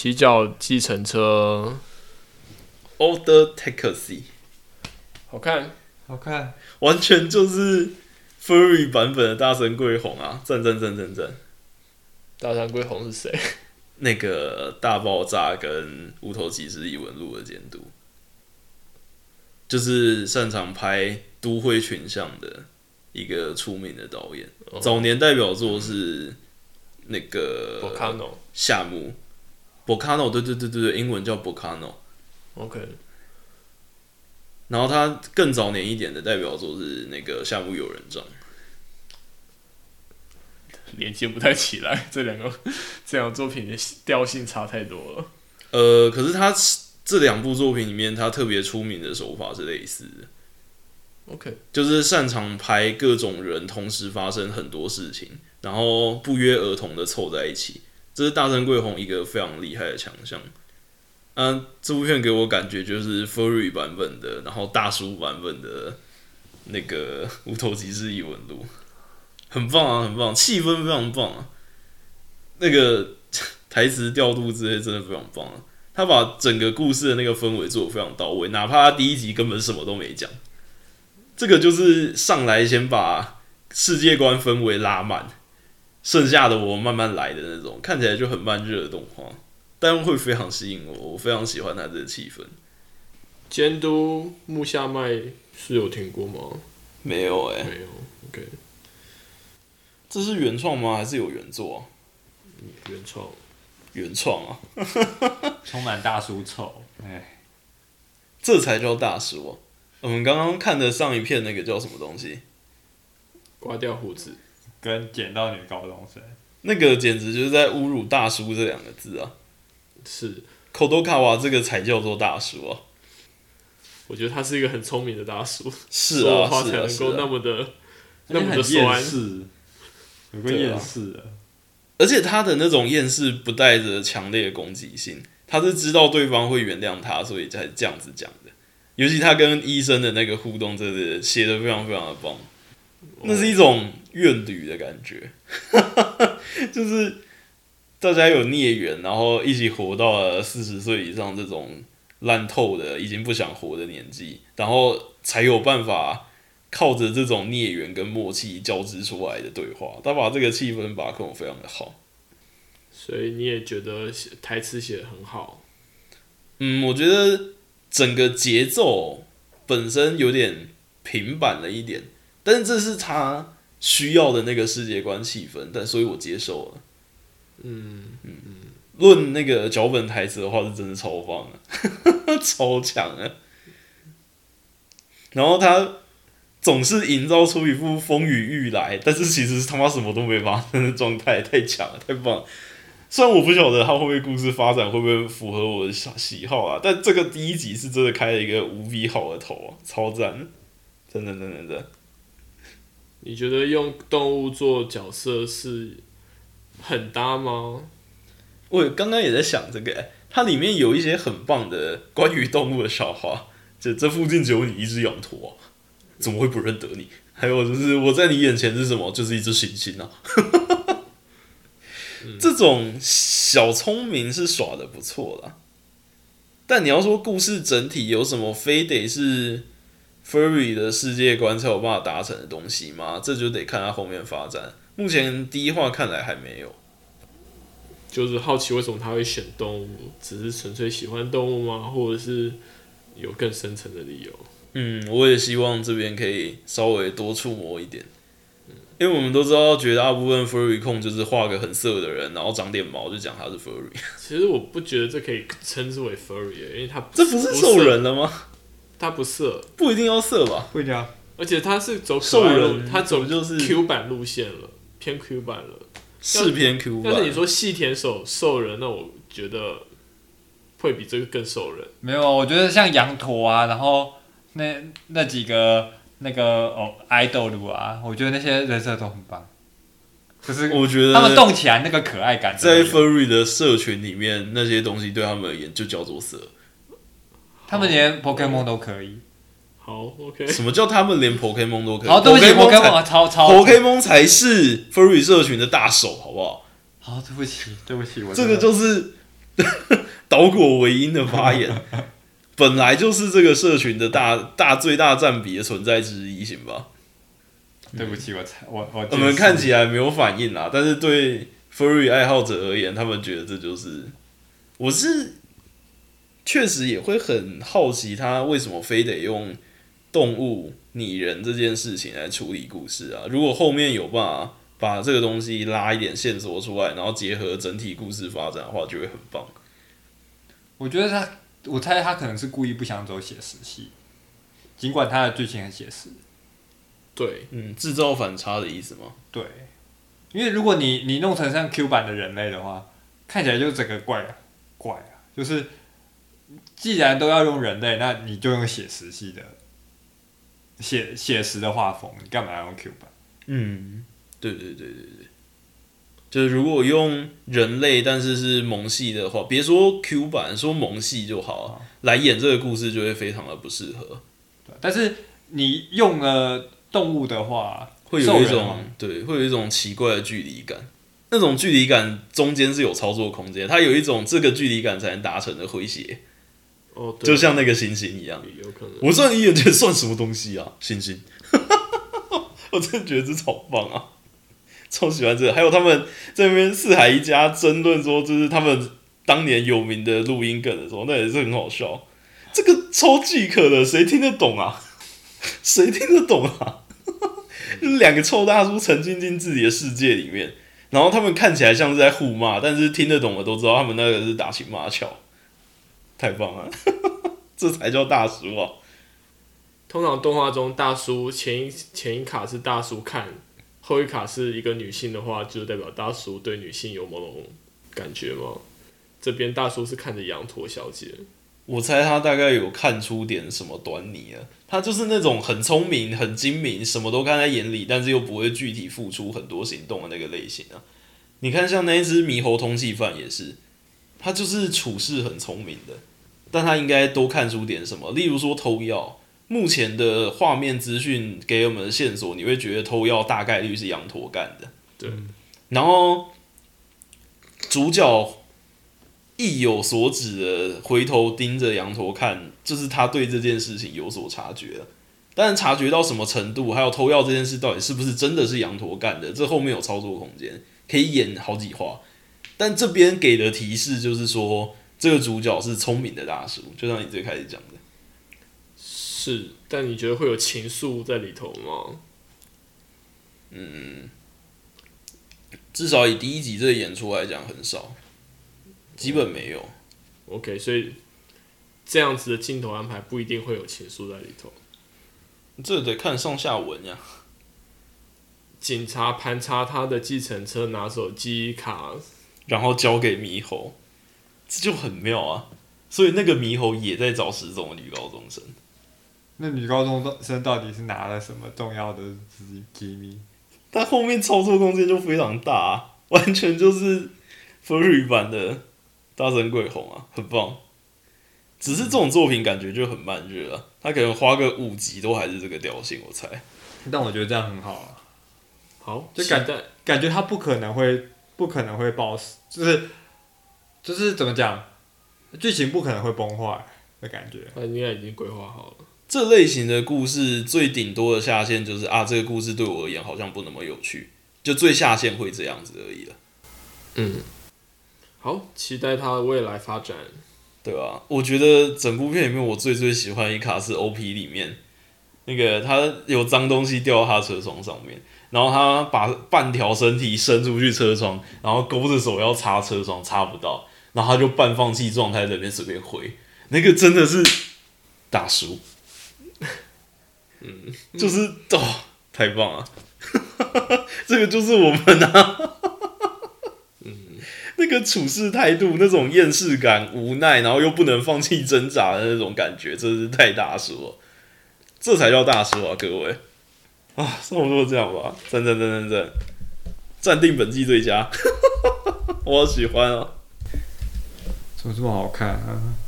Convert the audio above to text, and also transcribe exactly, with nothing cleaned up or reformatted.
骑脚计程车 ，Order Taxi， 好看， 好看， 完全就是 Furry 版本的大神贵红啊！赞赞赞赞赞！ 大山龟红是谁？ 那个大爆炸跟无头骑士异闻录的监督，就是擅长拍都会群像的一个出名的导演。哦、早年代表作是那个 Volcano 夏目 Volcano， 对对对对对，英文叫 Volcano。OK。然后他更早年一点的代表作是那个夏目友人帐。 连接不太起来，这两个这两个作品的调性差太多了。 呃，可是他这两部作品里面，他特别出名的手法是类似的。 OK， 就是擅长拍各种人同时发生很多事情，然后不约而同的凑在一起，这是大山贵弘一个非常厉害的强项。嗯，这部片给我感觉就是 Furry 版本的，然后大叔版本的那个无头骑士异闻录。很棒啊，很棒，气氛非常棒啊。那个台词调度之类真的非常棒啊。他把整个故事的那个氛围做得非常到位，哪怕他第一集根本什么都没讲，这个就是上来先把世界观氛围拉满，剩下的我慢慢来的那种，看起来就很慢热的动画，但会非常吸引我，我非常喜欢他这个气氛。 监督木下麦是有听过吗？ 没有哎、欸， 没有。OK。 这是原创吗？还是有原作啊？ 嗯、原创， 原创啊！ 充满大叔臭，哎， 这才叫大叔啊！我们刚刚看的上一片那个叫什么东西？ 刮掉胡子， 跟捡到女高中生， 那个简直就是在侮辱大叔这两个字啊！ 是口多卡瓦这个才叫做大叔啊！ 我觉得他是一个很聪明的大叔， 是啊， 话才能够那么的、 啊、 那么的酸。 有个厌世啊， 而且他的那种厌世不带着强烈的攻击性，他是知道对方会原谅他，所以才这样子讲的。尤其他跟医生的那个互动，真的写得非常非常的棒，那是一种怨侣的感觉，就是大家有孽缘，然后一起活到了四十岁以上这种烂透的、已经不想活的年纪，然后才有办法。靠着这种孽缘跟默契交织出来的对话，他把这个气氛把控得非常的好。 所以你也觉得台词写得很好？ 嗯，我觉得整个节奏本身有点平板了一点，但是这是他需要的那个世界观气氛，但所以我接受了。嗯嗯嗯，论那个脚本台词的话，是真的超棒啊，超强啊！然后他。总是营造出一副风雨欲来，但是其实他妈什么都没发生的状态，太强了，太棒了。虽然我不晓得他会不会故事发展会不会符合我的喜好啊，但这个第一集是真的开了一个无比好的头啊，超赞，真的真的真的。 你觉得用动物做角色是很搭吗？ 我刚刚也在想这个、欸，它里面有一些很棒的关于动物的笑话，就这附近只有你一只羊驼、啊。怎么会不认得你？还有就是我在你眼前是什么？就是一只猩猩啊！嗯、这种小聪明是耍的不错啦。但你要说故事整体有什么非得是 Furry 的世界观才有办法达成的东西吗？这就得看它后面发展。目前第一话看来还没有。 就是好奇为什么他会选动物？只是纯粹喜欢动物吗？或者是有更深层的理由？ 嗯，我也希望这边可以稍微多触摸一点，因为我们都知道，绝大部分 furry 控就是画个很色的人，然后长点毛就讲他是 furry。 其实我不觉得这可以称之为 furry， 因为他这不是兽人了吗？ 他不色， 不一定要色吧？ 不一定啊。 而且他是走可爱路，他走就是 Q 版路线了，偏 Q 版了， 是偏 Q 版。 但是你说细田守兽人，那我觉得会比这个更兽人。 没有，我觉得像羊驼啊，然后。那那几个那个哦，idol 啊，我觉得那些人设都很棒，就是我觉得他们动起来那个可爱感， 在 furry 的社群里面，那些东西对他们而言就叫做色。 他们连 Pokemon 都可以。 好 ，OK。 什么叫他们连 Pokemon 都可以？ 好，对不起 ，Pokemon 超超 Pokemon 才是 furry 社群的大手，好不好？ 好，对不起，对不起，我这个就是岛果唯音的发言，本来就是这个社群的大大最大占比的存在之一，行吧？ 对不起，我我我我们看起来没有反应啦，但是对 furry 爱好者而言，他们觉得这就是，我是确实也会很好奇，他为什么非得用动物拟人这件事情来处理故事啊？如果后面有办法把这个东西拉一点线索出来，然后结合整体故事发展的话，就会很棒。 我觉得他，我猜他可能是故意不想走写实系，尽管他的剧情很写实。 对， 嗯，制造反差的意思吗？ 对，因为如果你你弄成像 Q 版的人类的话，看起来就整个怪啊怪啊，就是既然都要用人类，那你就用写实系的写写实的画风，你干嘛要用 Q 版？ 嗯，对对对对对，就是如果用人类，但是是萌系的话，别说 Q 版，说萌系就好啊，来演这个故事就会非常的不适合。 对，但是你用了动物的话， 会有一种对，会有一种奇怪的距离感。那种距离感中间是有操作空间，它有一种这个距离感才能达成的诙谐。 哦，对， 就像那个星星一样， 有可能。 我算一眼觉得算什么东西啊？星星，我真的觉得这超棒啊，超喜欢这个。还有他们在那边四海一家争论说，就是他们当年有名的录音梗的时候，那也是很好笑。这个超饥渴的，谁听得懂啊？谁听得懂啊？就是两个臭大叔沉浸进自己的世界里面，然后他们看起来像是在互骂，但是听得懂的都知道他们那个是打情骂俏，太棒了，这才叫大叔啊！ 通常动画中大叔前一前一卡是大叔看，后一卡是一个女性的话，就代表大叔对女性有某种感觉吗？这边大叔是看着羊驼小姐。 我猜他大概有看出点什么端倪了。他就是那种很聪明、很精明，什么都看在眼里，但是又不会具体付出很多行动的那个类型啊。你看，像那一只猕猴通缉犯也是，他就是处事很聪明的，但他应该多看出点什么。例如说偷药，目前的画面资讯给我们的线索，你会觉得偷药大概率是羊驼干的。 对， 然后主角意有所指的回头盯着羊驼看，就是他对这件事情有所察觉了。但是察觉到什么程度，还有偷药这件事到底是不是真的是羊驼干的，这后面有操作空间，可以演好几话。但这边给的提示就是说，这个主角是聪明的大叔，就像你最开始讲的。 是，但你觉得会有情愫在里头吗？ 嗯，至少以第一集这个演出来讲很少，基本没有。 OK， 所以这样子的镜头安排不一定会有情愫在里头。 这得看上下文呀。 警察盘查他的计程车，拿走记忆卡， 然后交给猕猴，这就很妙啊！所以那个猕猴也在找失踪的女高中生。 那女高中生到底是拿了什么重要的机密？ 但后面操作空间就非常大、啊，完全就是 furry 版的大神鬼红啊，很棒。只是这种作品感觉就很慢热啊，他可能花个五集都还是这个调性，我猜。 但我觉得这样很好啊。 好， 就感感觉他不可能会不可能会爆死，就是就是怎么讲，剧情不可能会崩坏的感觉。 他应该已经规划好了。 这类型的故事最顶多的下限就是啊，这个故事对我而言好像不那么有趣，就最下限会这样子而已了。 嗯，好，期待他的未来发展。 对啊，我觉得整部片里面我最最喜欢一卡是 O P 里面那个他有脏东西掉到他车窗上面，然后他把半条身体伸出去车窗，然后勾着手要擦车窗，擦不到，然后他就半放弃状态在那边随便挥，那个真的是大叔，嗯，就是哦，太棒了，这个就是我们啊。那个处事态度，那种厌世感、无奈，然后又不能放弃挣扎的那种感觉，真是太大叔了。这才叫大叔啊，各位！啊，差不多这样吧，赞赞赞赞赞，暂定本季最佳，我好喜欢啊！ 怎么这么好看啊？